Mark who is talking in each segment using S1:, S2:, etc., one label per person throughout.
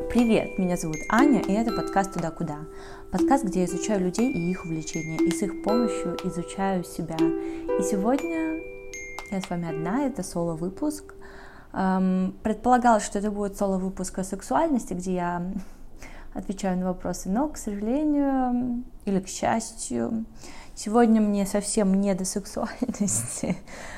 S1: Привет, меня зовут Аня, и это подкаст «Туда-куда». Подкаст, где я изучаю людей и их увлечения, и с их помощью изучаю себя. И сегодня я с вами одна, это соло-выпуск. Предполагалось, что это будет соло-выпуск о сексуальности, где я отвечаю на вопросы, но, к сожалению, или к счастью, сегодня мне совсем не до сексуальности.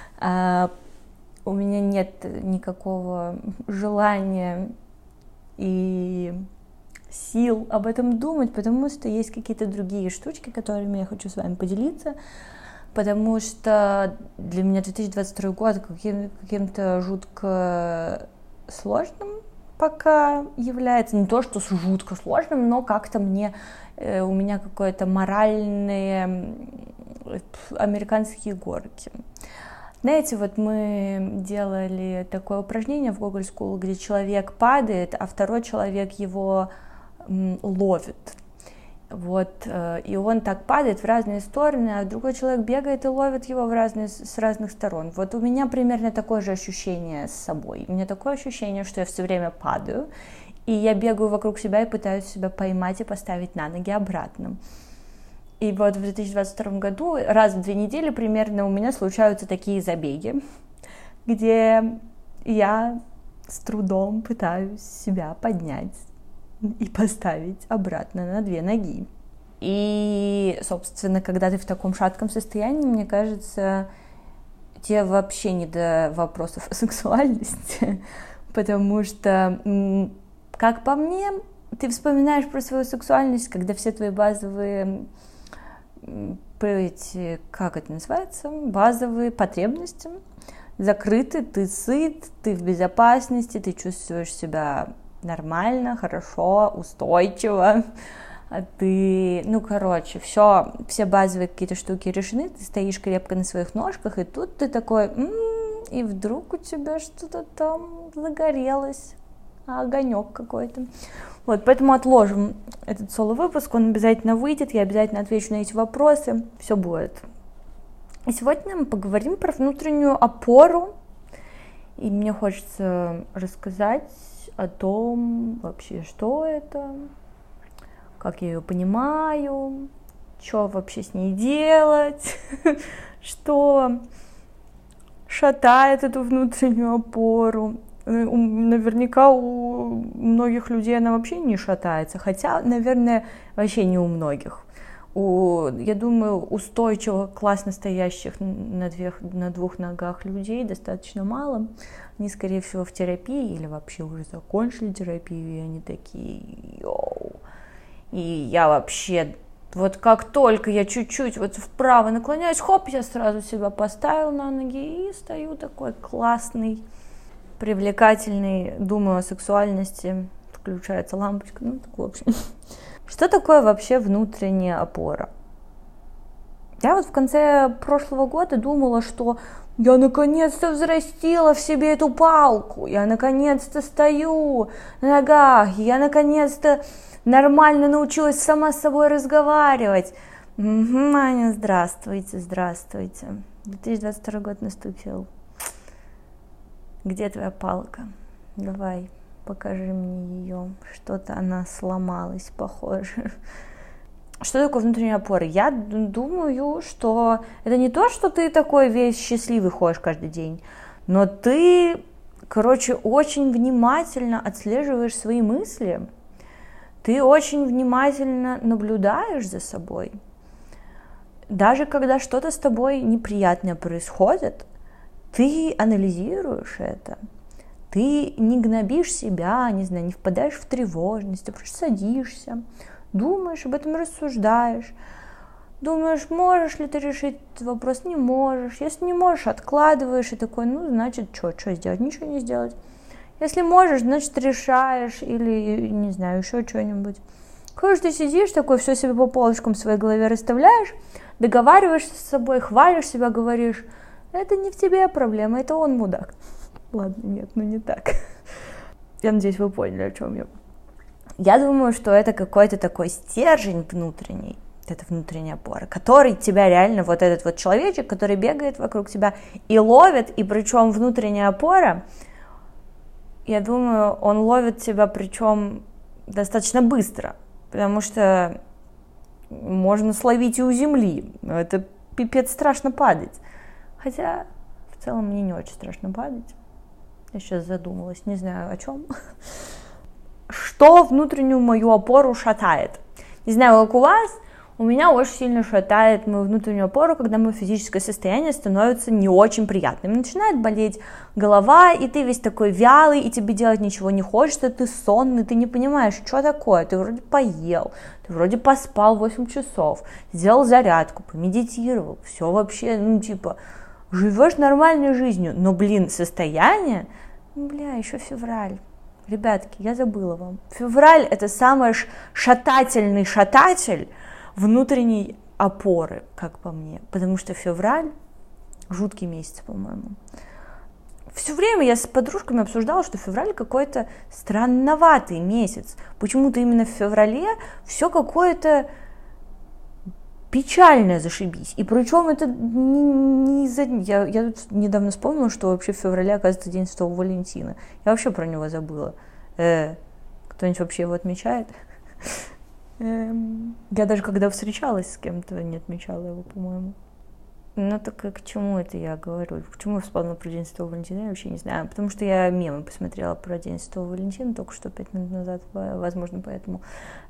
S1: У меня нет никакого желания и сил об этом думать, потому что есть какие-то другие штучки, которыми я хочу с вами поделиться, потому что для меня 2022 год каким-то жутко сложным пока является. Не то, что жутко сложным, но как-то у меня какое-то моральные американские горки. Знаете, вот мы делали такое упражнение в Google School, где человек падает, а второй человек его ловит. Вот, и он так падает в разные стороны, а другой человек бегает и ловит его с разных сторон. Вот у меня примерно такое же ощущение с собой. У меня такое ощущение, что я все время падаю, и я бегаю вокруг себя и пытаюсь себя поймать и поставить на ноги обратно. И вот в 2022 году раз в 2 недели примерно у меня случаются такие забеги, где я с трудом пытаюсь себя поднять и поставить обратно на 2 ноги. И, собственно, когда ты в таком шатком состоянии, мне кажется, тебе вообще не до вопросов о сексуальности, потому что, как по мне, ты вспоминаешь про свою сексуальность, когда все твои базовые как это называется, базовые потребности закрыты, ты сыт, ты в безопасности, ты чувствуешь себя нормально, хорошо, устойчиво, ты, все базовые какие-то штуки решены, ты стоишь крепко на своих ножках, и тут ты такой, и вдруг у тебя что-то там загорелось, огонек какой-то. Вот, поэтому отложим этот соло-выпуск, он обязательно выйдет, я обязательно отвечу на эти вопросы, все будет. И сегодня мы поговорим про внутреннюю опору, и мне хочется рассказать о том вообще, что это, как я ее понимаю, что вообще с ней делать, что шатает эту внутреннюю опору. Наверняка у многих людей она вообще не шатается, хотя, наверное, вообще не у многих. Я думаю, устойчиво, классно стоящих на 2 ногах людей достаточно мало. Они, скорее всего, в терапии или вообще уже закончили терапию, и они такие, йоу. И я вообще, вот как только я чуть-чуть вот вправо наклоняюсь, хоп, я сразу себя поставил на ноги и стою такой классный, привлекательный, думаю о сексуальности, включается лампочка, в общем. Что такое вообще внутренняя опора? Я вот в конце прошлого года думала, что я наконец-то взрастила в себе эту палку, я наконец-то стою на ногах, я наконец-то нормально научилась сама с собой разговаривать. Аня, здравствуйте. 2022 год наступил. Где твоя палка? Давай, покажи мне ее. Что-то она сломалась, похоже. Что такое внутренняя опора? Я думаю, что это не то, что ты такой весь счастливый ходишь каждый день, но ты, очень внимательно отслеживаешь свои мысли. Ты очень внимательно наблюдаешь за собой. Даже когда что-то с тобой неприятное происходит, ты анализируешь это, ты не гнобишь себя, не впадаешь в тревожность, ты просто садишься, думаешь об этом, рассуждаешь, думаешь, можешь ли ты решить этот вопрос, не можешь, если не можешь, откладываешь и такой, значит, что сделать, ничего не сделать, если можешь, значит, решаешь или, еще что-нибудь. Короче, ты сидишь такой, все себе по полочкам в своей голове расставляешь, договариваешься с собой, хвалишь себя, говоришь, это не в тебе проблема, это он мудак. Ладно, нет, не так. Я надеюсь, вы поняли, о чем я. Я думаю, что это какой-то такой стержень внутренний, это внутренняя опора, который тебя реально, вот этот вот человечек, который бегает вокруг тебя и ловит, и причем внутренняя опора, я думаю, он ловит тебя, причем достаточно быстро, потому что можно словить и у земли. Это пипец страшно падать. Хотя в целом мне не очень страшно падать. Я сейчас задумалась, не знаю о чем. Что внутреннюю мою опору шатает? Не знаю, как у вас, у меня очень сильно шатает мою внутреннюю опору, когда мое физическое состояние становится не очень приятным. Начинает болеть голова, и ты весь такой вялый, и тебе делать ничего не хочется, ты сонный, ты не понимаешь, что такое. Ты вроде поел, ты вроде поспал 8 часов, сделал зарядку, помедитировал, все вообще, живешь нормальной жизнью, но, состояние, еще февраль. Ребятки, я забыла вам. Февраль – это самый шатательный шататель внутренней опоры, как по мне. Потому что февраль – жуткий месяц, по-моему. Все время я с подружками обсуждала, что февраль какой-то странноватый месяц. Почему-то именно в феврале все какое-то печальное зашибись. И причем это не из-за... Я тут недавно вспомнила, что вообще в феврале, оказывается, День Святого Валентина. Я вообще про него забыла. Кто-нибудь вообще его отмечает? Я даже когда встречалась с кем-то, не отмечала его, по-моему. Так к чему это я говорю? Почему я вспомнила про День Святого Валентина, я вообще не знаю. Потому что я мемы посмотрела про День Святого Валентина только что 5 минут назад, возможно, поэтому...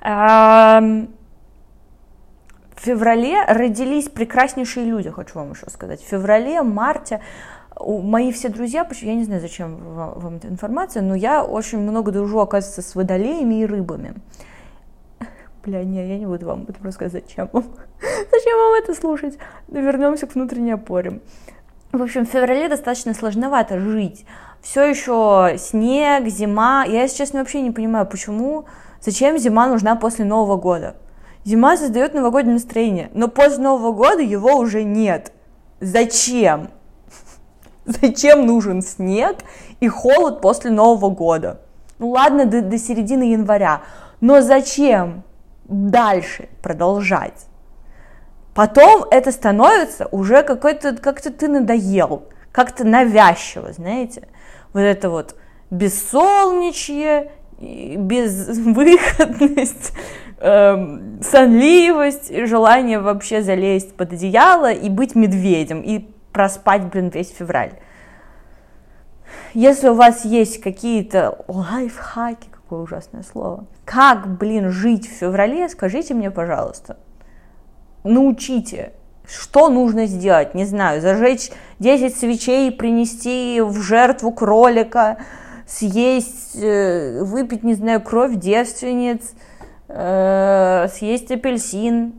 S1: В феврале родились прекраснейшие люди, хочу вам еще сказать. В феврале, марте мои все друзья, я не знаю, зачем вам эта информация, но я очень много дружу, оказывается, с водолеями и рыбами. Я не буду вам это рассказывать, зачем вам это слушать. Вернемся к внутренней опоре. В общем, в феврале достаточно сложновато жить. Все еще снег, зима. Я, если честно, вообще не понимаю, зачем зима нужна после Нового года. Зима создает новогоднее настроение, но после Нового года его уже нет. Зачем? Зачем нужен снег и холод после Нового года? Ладно, до середины января, но зачем дальше продолжать? Потом это становится уже как-то ты надоел, как-то навязчиво, знаете? Вот это вот бессолнечье, безвыходность, сонливость, желание вообще залезть под одеяло и быть медведем, и проспать, весь февраль. Если у вас есть какие-то лайфхаки, какое ужасное слово, как, жить в феврале, скажите мне, пожалуйста. Научите, что нужно сделать, не знаю, зажечь 10 свечей, принести в жертву кролика, съесть, выпить, не знаю, кровь девственниц, съесть апельсин.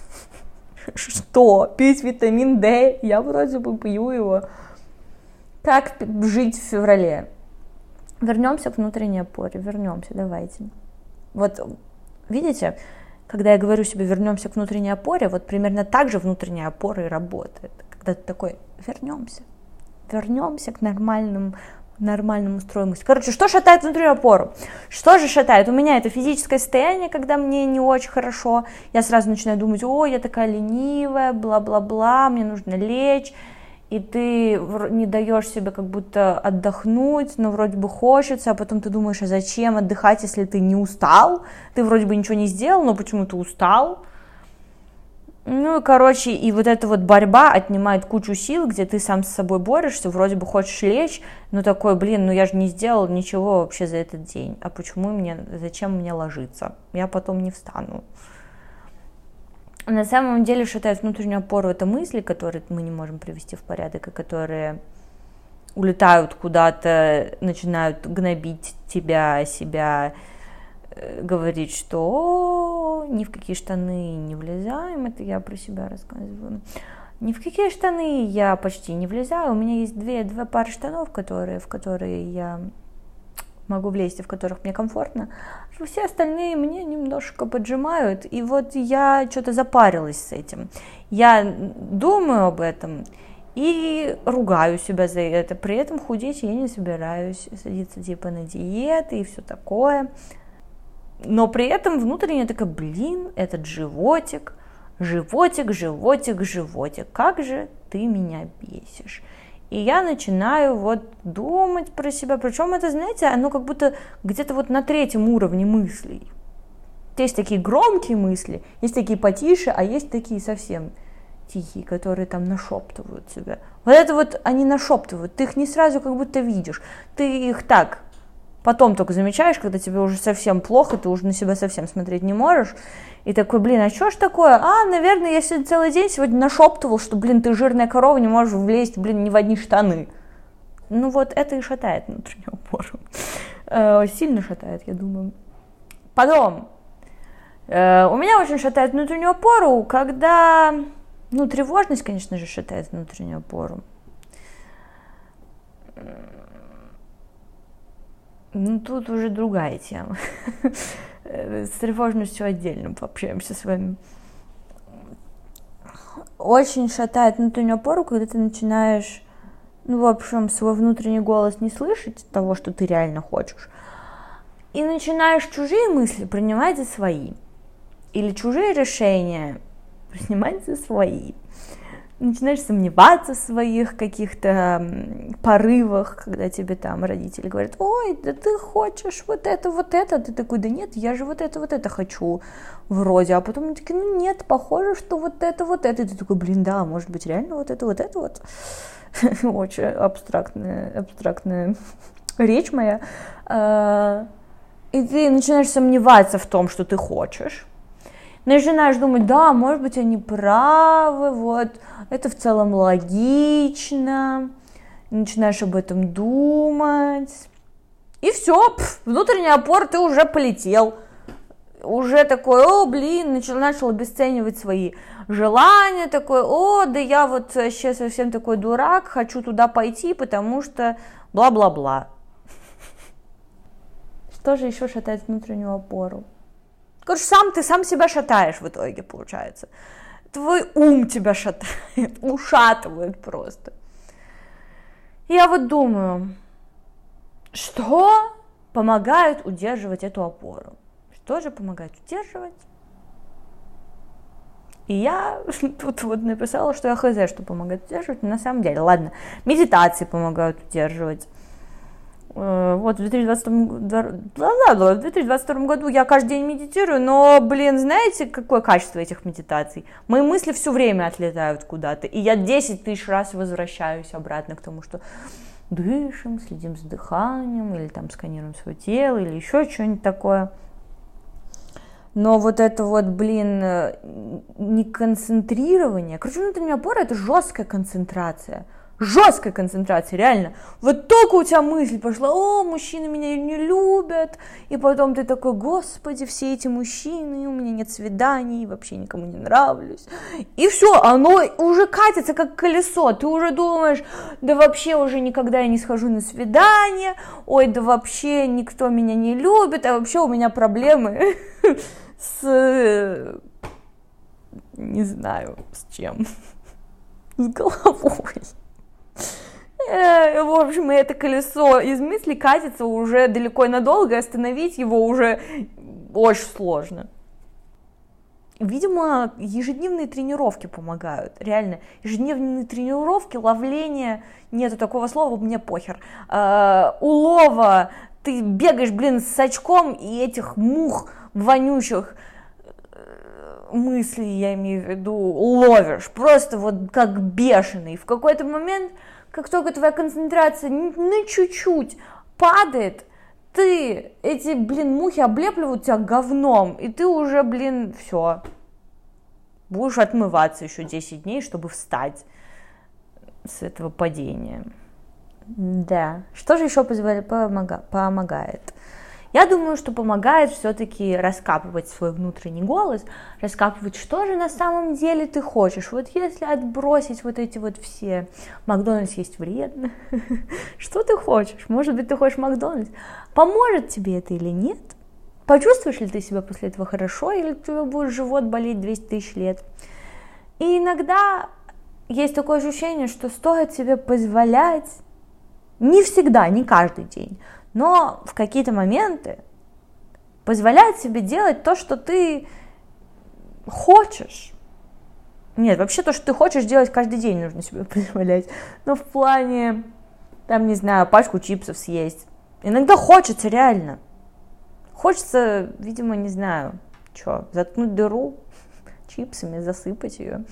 S1: Что? Пить витамин D? Я вроде бы пью его. Как жить в феврале? Вернемся к внутренней опоре. Давайте. Вот, видите, когда я говорю себе «вернемся к внутренней опоре», вот примерно так же внутренняя опора и работает. Когда ты такой вернемся к нормальному строю мысли. Что шатает внутреннюю опору? Что же шатает? У меня это физическое состояние, когда мне не очень хорошо. Я сразу начинаю думать, я такая ленивая, бла-бла-бла, мне нужно лечь. И ты не даешь себе как будто отдохнуть, но вроде бы хочется, а потом ты думаешь, а зачем отдыхать, если ты не устал? Ты вроде бы ничего не сделал, но почему-то устал. И вот эта вот борьба отнимает кучу сил, где ты сам с собой борешься, вроде бы хочешь лечь, но такой, я же не сделал ничего вообще за этот день, а зачем мне ложиться? Я потом не встану. На самом деле шатает внутреннюю опору это мысли, которые мы не можем привести в порядок, и которые улетают куда-то, начинают гнобить себя, говорить, что ни в какие штаны не влезаем, это я про себя рассказываю, ни в какие штаны я почти не влезаю, у меня есть две пары штанов, в которые я могу влезть и в которых мне комфортно, все остальные мне немножко поджимают, и вот я что-то запарилась с этим, я думаю об этом и ругаю себя за это, при этом худеть я не собираюсь, садиться на диеты и все такое. Но при этом внутренне такая, этот животик, как же ты меня бесишь. И я начинаю вот думать про себя, причем это, знаете, оно как будто где-то вот на третьем уровне мыслей. Есть такие громкие мысли, есть такие потише, а есть такие совсем тихие, которые там нашептывают себя. Вот это вот они нашептывают, ты их не сразу как будто видишь, ты их так потом только замечаешь, когда тебе уже совсем плохо, ты уже на себя совсем смотреть не можешь, и такой, блин, а что ж такое? Наверное, я сегодня целый день нашептывал, что, блин, ты жирная корова, не можешь влезть, блин, ни в одни штаны. Ну вот это и шатает внутреннюю опору. Сильно шатает, я думаю. Потом, у меня очень шатает внутреннюю опору, когда, тревожность, конечно же, шатает внутреннюю опору. Тут уже другая тема. С тревожностью отдельно пообщаемся с вами. Очень шатает внутреннюю опору, когда ты начинаешь, в общем, свой внутренний голос не слышать того, что ты реально хочешь, и начинаешь чужие мысли принимать за свои. Или чужие решения принимать за свои. Начинаешь сомневаться в своих каких-то порывах, когда тебе там родители говорят, ой, да ты хочешь вот это, ты такой, да нет, я же вот это хочу вроде, а потом они такие, нет, похоже, что вот это, и ты такой, блин, да, может быть, реально вот это. Очень абстрактная речь моя. И ты начинаешь сомневаться в том, что ты хочешь. Начинаешь думать, да, может быть, они правы, вот, это в целом логично, начинаешь об этом думать, и все, внутренняя опора, ты уже полетел, уже такой, начал обесценивать свои желания, такой, да я вот сейчас совсем такой дурак, хочу туда пойти, потому что бла-бла-бла. Что же еще шатает внутреннюю опору? Короче, ты сам себя шатаешь в итоге, получается. Твой ум тебя шатает, ушатывает просто. Я вот думаю, что помогает удерживать эту опору? Что же помогает удерживать? И я тут вот написала, что я хз, что помогает удерживать, но на самом деле, ладно, медитации помогают удерживать. Вот в 2022 году я каждый день медитирую, но, знаете, какое качество этих медитаций? Мои мысли все время отлетают куда-то, и я 10 тысяч раз возвращаюсь обратно к тому, что дышим, следим за дыханием, или там сканируем свое тело, или еще что-нибудь такое. Но вот это вот, не концентрирование. Короче, внутренняя опора — это жесткая концентрация, реально. Вот только у тебя мысль пошла, мужчины меня не любят, и потом ты такой, господи, все эти мужчины, у меня нет свиданий, вообще никому не нравлюсь. И все, оно уже катится как колесо, ты уже думаешь, да вообще уже никогда я не схожу на свидание, ой, да вообще никто меня не любит, а вообще у меня проблемы не знаю, с чем, с головой. В общем, это колесо из мыслей катится уже далеко и надолго, и остановить его уже очень сложно. Видимо, ежедневные тренировки помогают, реально. Ежедневные тренировки, ловление, нету такого слова, мне похер, улова, ты бегаешь, с очком, и этих мух вонючих мыслей, я имею в виду, ловишь, просто вот как бешеный. В какой-то момент, как только твоя концентрация на чуть-чуть падает, эти, мухи облепливают тебя говном, и ты уже, все, будешь отмываться еще 10 дней, чтобы встать с этого падения. Да, что же еще помогает? Я думаю, что помогает все-таки раскапывать свой внутренний голос, раскапывать, что же на самом деле ты хочешь. Вот если отбросить вот эти вот все, Макдональдс есть вредно, что ты хочешь? Может быть, ты хочешь Макдональдс? Поможет тебе это или нет? Почувствуешь ли ты себя после этого хорошо, или у тебя будет живот болеть 200 тысяч лет? И иногда есть такое ощущение, что стоит себе позволять, не всегда, не каждый день, но в какие-то моменты позволять себе делать то, что ты хочешь. Нет, вообще то, что ты хочешь делать каждый день, нужно себе позволять. Но в плане, там, не знаю, пачку чипсов съесть. Иногда хочется, реально. Хочется, видимо, не знаю, заткнуть дыру чипсами, засыпать ее.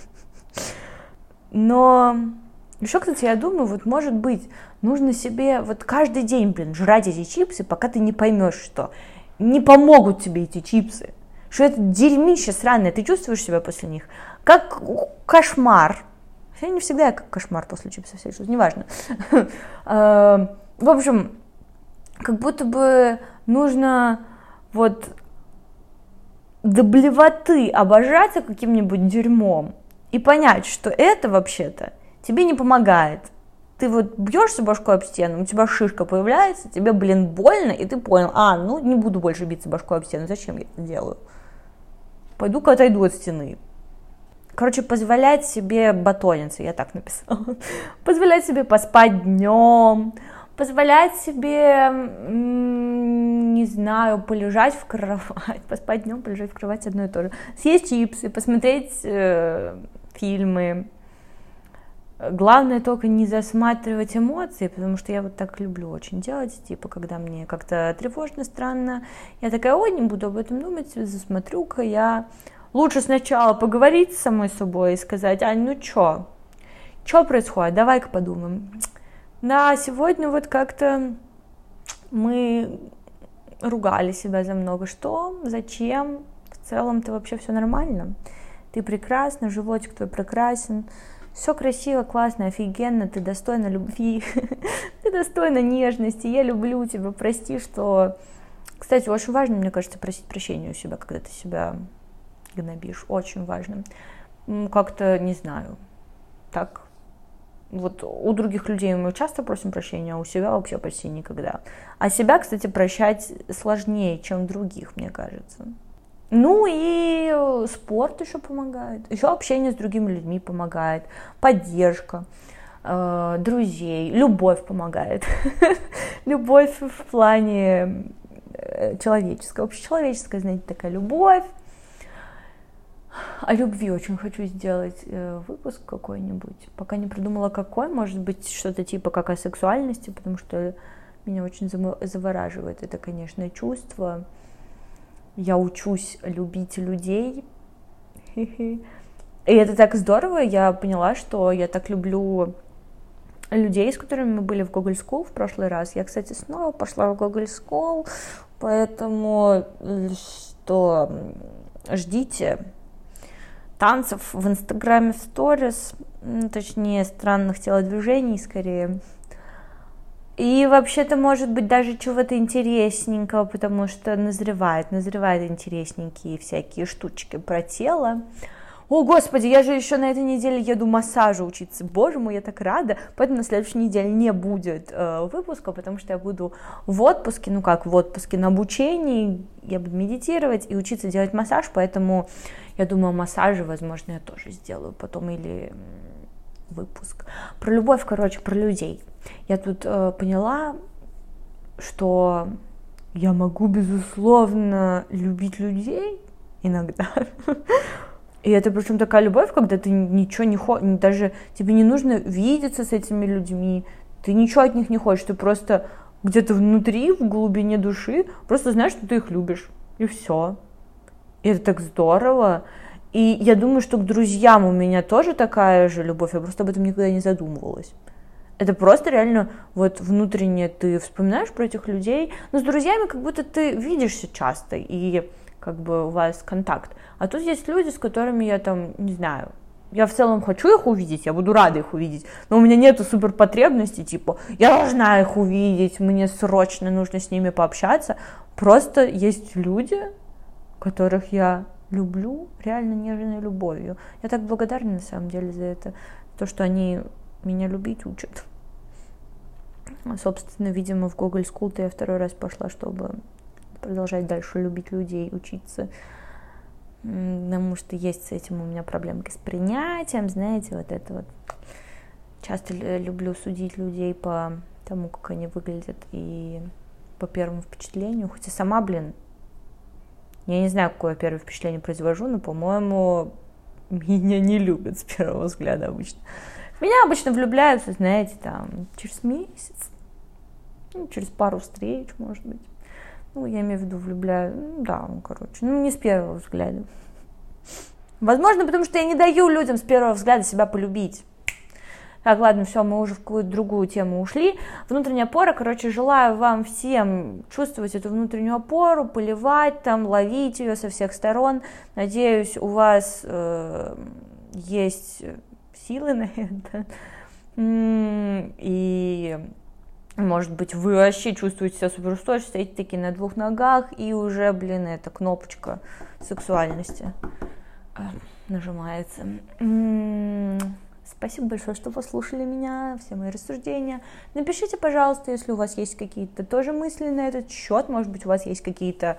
S1: Но еще, кстати, я думаю, вот может быть, нужно себе вот каждый день, жрать эти чипсы, пока ты не поймешь, что не помогут тебе эти чипсы, что это дерьмище сраное, ты чувствуешь себя после них как кошмар. Я не всегда я как кошмар после чипсов себя чувствую, неважно. В общем, как будто бы нужно вот до блевоты обожаться каким-нибудь дерьмом и понять, что это вообще-то тебе не помогает. Ты вот бьешься башкой об стену, у тебя шишка появляется, тебе, больно, и ты понял, не буду больше биться башкой об стену, зачем я это делаю? Пойду-ка отойду от стены. Короче, позволять себе батониться, я так написала. Позволять себе поспать днем, позволять себе, не знаю, полежать в кровать. Поспать днем, полежать в кровать одно и то же. Съесть чипсы, посмотреть фильмы. Главное только не засматривать эмоции, потому что я вот так люблю очень делать, типа, когда мне как-то тревожно, странно, я такая, не буду об этом думать, засмотрю-ка я. Лучше сначала поговорить с самой собой и сказать, что происходит, давай-ка подумаем. Да, сегодня вот как-то мы ругали себя за много что, зачем, в целом-то вообще все нормально, ты прекрасна, животик твой прекрасен, все красиво, классно, офигенно, ты достойна любви, ты достойна нежности, я люблю тебя, прости, что... Кстати, очень важно, мне кажется, просить прощения у себя, когда ты себя гнобишь, очень важно. Как-то, не знаю, так, вот у других людей мы часто просим прощения, а у себя вообще почти никогда. А себя, кстати, прощать сложнее, чем других, мне кажется. Ну и спорт еще помогает, еще общение с другими людьми помогает, поддержка друзей, любовь помогает, любовь в плане человеческого, общечеловеческая, знаете, такая любовь. О любви очень хочу сделать выпуск какой-нибудь, пока не придумала какой, может быть что-то типа как о сексуальности, потому что меня очень завораживает это, конечно, чувство. Я учусь любить людей. И это так здорово. Я поняла, что я так люблю людей, с которыми мы были в Google School в прошлый раз. Я, кстати, снова пошла в Google School, поэтому что ждите танцев в Инстаграме, в сторис, точнее, странных телодвижений скорее. И вообще-то, может быть, даже чего-то интересненького, потому что назревают интересненькие всякие штучки про тело. О, Господи, я же еще на этой неделе еду массажу учиться. Боже мой, я так рада. Поэтому на следующей неделе не будет выпуска, потому что я буду в отпуске, на обучении. Я буду медитировать и учиться делать массаж, поэтому я думаю, массажи, возможно, я тоже сделаю потом или выпуск. Про любовь, про людей. Я тут поняла, что я могу, безусловно, любить людей иногда. И это причем такая любовь, когда ты ничего не хочешь, даже тебе не нужно видеться с этими людьми, ты ничего от них не хочешь, ты просто где-то внутри, в глубине души, просто знаешь, что ты их любишь, и все. И это так здорово. И я думаю, что к друзьям у меня тоже такая же любовь, я просто об этом никогда не задумывалась. Это просто реально вот внутренне ты вспоминаешь про этих людей, но с друзьями как будто ты видишься часто, и как бы у вас контакт. А тут есть люди, с которыми я там, не знаю, я в целом хочу их увидеть, я буду рада их увидеть, но у меня нету суперпотребности, типа, я должна их увидеть, мне срочно нужно с ними пообщаться. Просто есть люди, которых я люблю реально нежной любовью. Я так благодарна на самом деле за это, то, что они меня любить учат. Собственно, видимо, в Google School-то я второй раз пошла, чтобы продолжать дальше любить людей, учиться. Потому что есть с этим у меня проблемки с принятием, знаете, вот это вот. Часто люблю судить людей по тому, как они выглядят, и по первому впечатлению. Хотя сама, я не знаю, какое первое впечатление произвожу, но, по-моему, меня не любят с первого взгляда обычно. В меня обычно влюбляются, знаете, там, через месяц, через пару встреч, может быть. Я имею в виду не с первого взгляда. Возможно, потому что я не даю людям с первого взгляда себя полюбить. Так, ладно, все, мы уже в какую-то другую тему ушли. Внутренняя опора, желаю вам всем чувствовать эту внутреннюю опору, поливать там, ловить ее со всех сторон. Надеюсь, у вас есть силы на это. И, может быть, вы вообще чувствуете себя суперустойчиво, стоите такие на двух ногах, и уже, это кнопочка сексуальности нажимается. Спасибо большое, что послушали меня, все мои рассуждения. Напишите, пожалуйста, если у вас есть какие-то тоже мысли на этот счет, может быть, у вас есть какие-то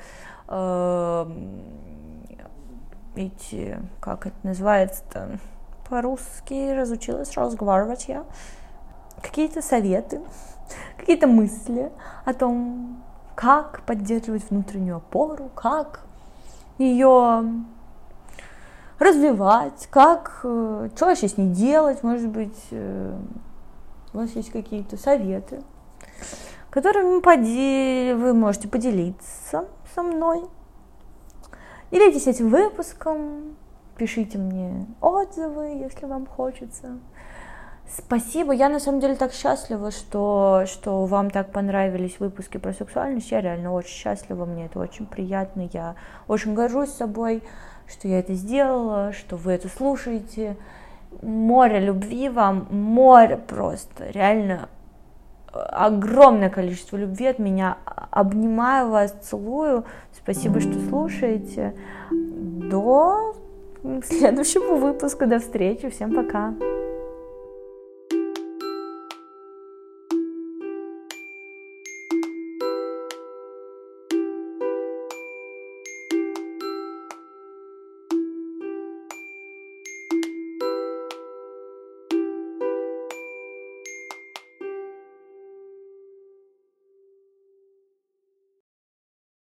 S1: как это называется-то, по-русски разучилась разговаривать я, какие-то советы, какие-то мысли о том, как поддерживать внутреннюю опору, как ее развивать, что вообще с ней делать, может быть, у вас есть какие-то советы, которыми вы можете поделиться со мной. Делитесь этим выпуском, пишите мне отзывы, если вам хочется. Спасибо, я на самом деле так счастлива, что вам так понравились выпуски про сексуальность, я реально очень счастлива, мне это очень приятно, я очень горжусь собой, что я это сделала, что вы это слушаете. Море любви вам, море просто, реально огромное количество любви от меня. Обнимаю вас, целую. Спасибо, что слушаете. До следующего выпуска, до встречи, всем пока.